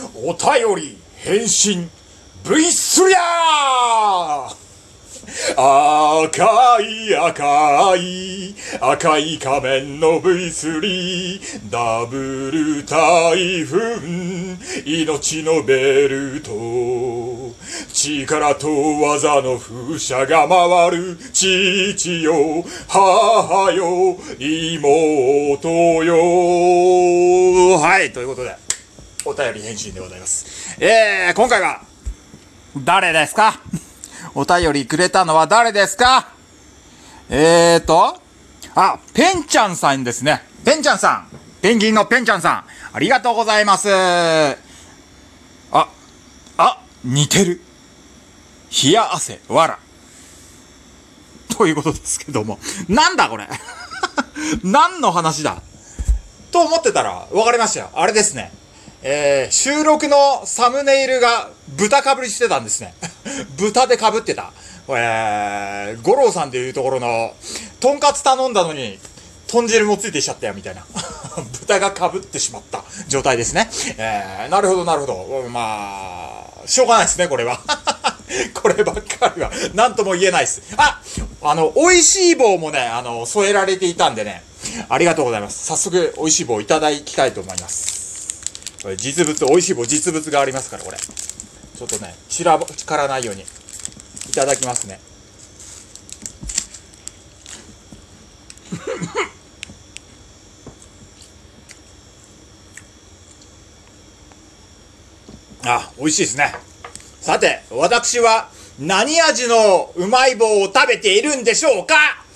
お便り返信 V3 や赤い仮面の V3 ダブル台風命のベルト力と技の風車が回る父よ母よ妹よ。はい、ということでお便り返信でございます。今回は誰ですか？お便りくれたのは誰ですか？ペンちゃんさんですね。ペンちゃんさん。ペンギンのペンちゃんさん。ありがとうございます。似てる。冷や汗、わら。ということですけども。なんだこれ何の話だと思ってたら、わかりましたよ。あれですね。収録のサムネイルが豚かぶりしてたんですね。豚でかぶってた。五郎さんでいうところの、とんかつ頼んだのに、豚汁もついてきちゃったよ、みたいな。豚がかぶってしまった状態ですね。なるほど、なるほど。まあ、しょうがないですね、これは。こればっかりは、なんとも言えないです。美味しい棒もね、添えられていたんでね、ありがとうございます。早速、美味しい棒いただきたいと思います。これ実物、美味しい棒実物がありますから、これ。ちょっとね、散らからないように、いただきますね。美味しいですね。さて、私は何味のうまい棒を食べているんでしょうか？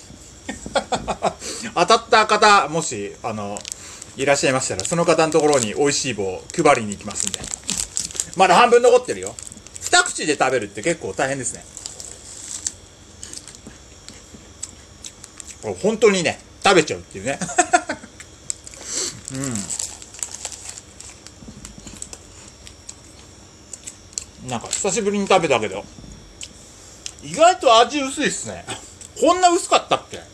当たった方、もし、いらっしゃいましたら、その方のところに美味しい棒を配りに行きますんで。まだ半分残ってるよ。二口で食べるって結構大変ですね。これ本当にね、食べちゃうっていうね。なんか久しぶりに食べたけど、意外と味薄いっすね。こんな薄かったっけ？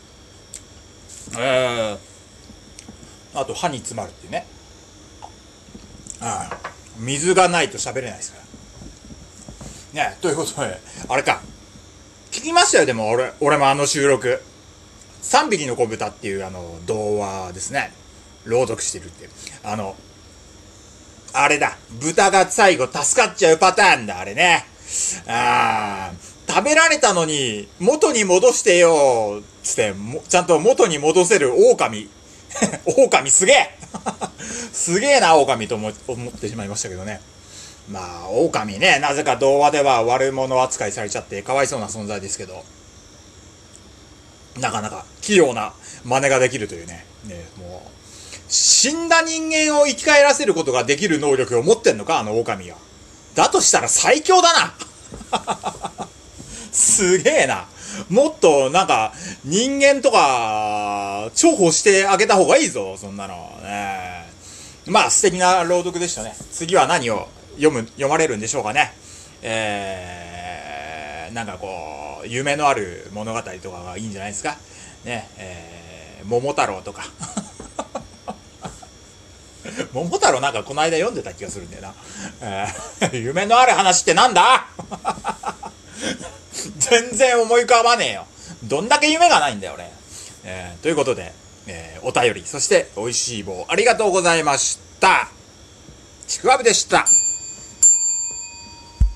あと歯に詰まるっていうね。水がないと喋れないですから。ね、ということで、あれか。聞きましたよ、でも俺も収録。3匹の子豚っていう童話ですね。朗読してるっていう。あれだ。豚が最後助かっちゃうパターンだ、あれね。食べられたのに、元に戻してよ、つって、ちゃんと元に戻せる狼。狼すげえすげえな、狼と思ってしまいましたけどね。まあ、狼ね、なぜか童話では悪者扱いされちゃってかわいそうな存在ですけど、なかなか器用な真似ができるというね。もう、死んだ人間を生き返らせることができる能力を持ってんのか、狼は。だとしたら最強だなすげえな。もっと、なんか、人間とか、重宝してあげた方がいいぞ、そんなの。まあ、素敵な朗読でしたね。次は何を読まれるんでしょうかね。なんかこう、夢のある物語とかがいいんじゃないですか。ね、桃太郎とか。桃太郎なんかこの間読んでた気がするんだよな。夢のある話ってなんだ全然思い浮かばねえよ。どんだけ夢がないんだよ、俺。ということで、お便り、そして美味しい棒、ありがとうございました。ちくわぶでした。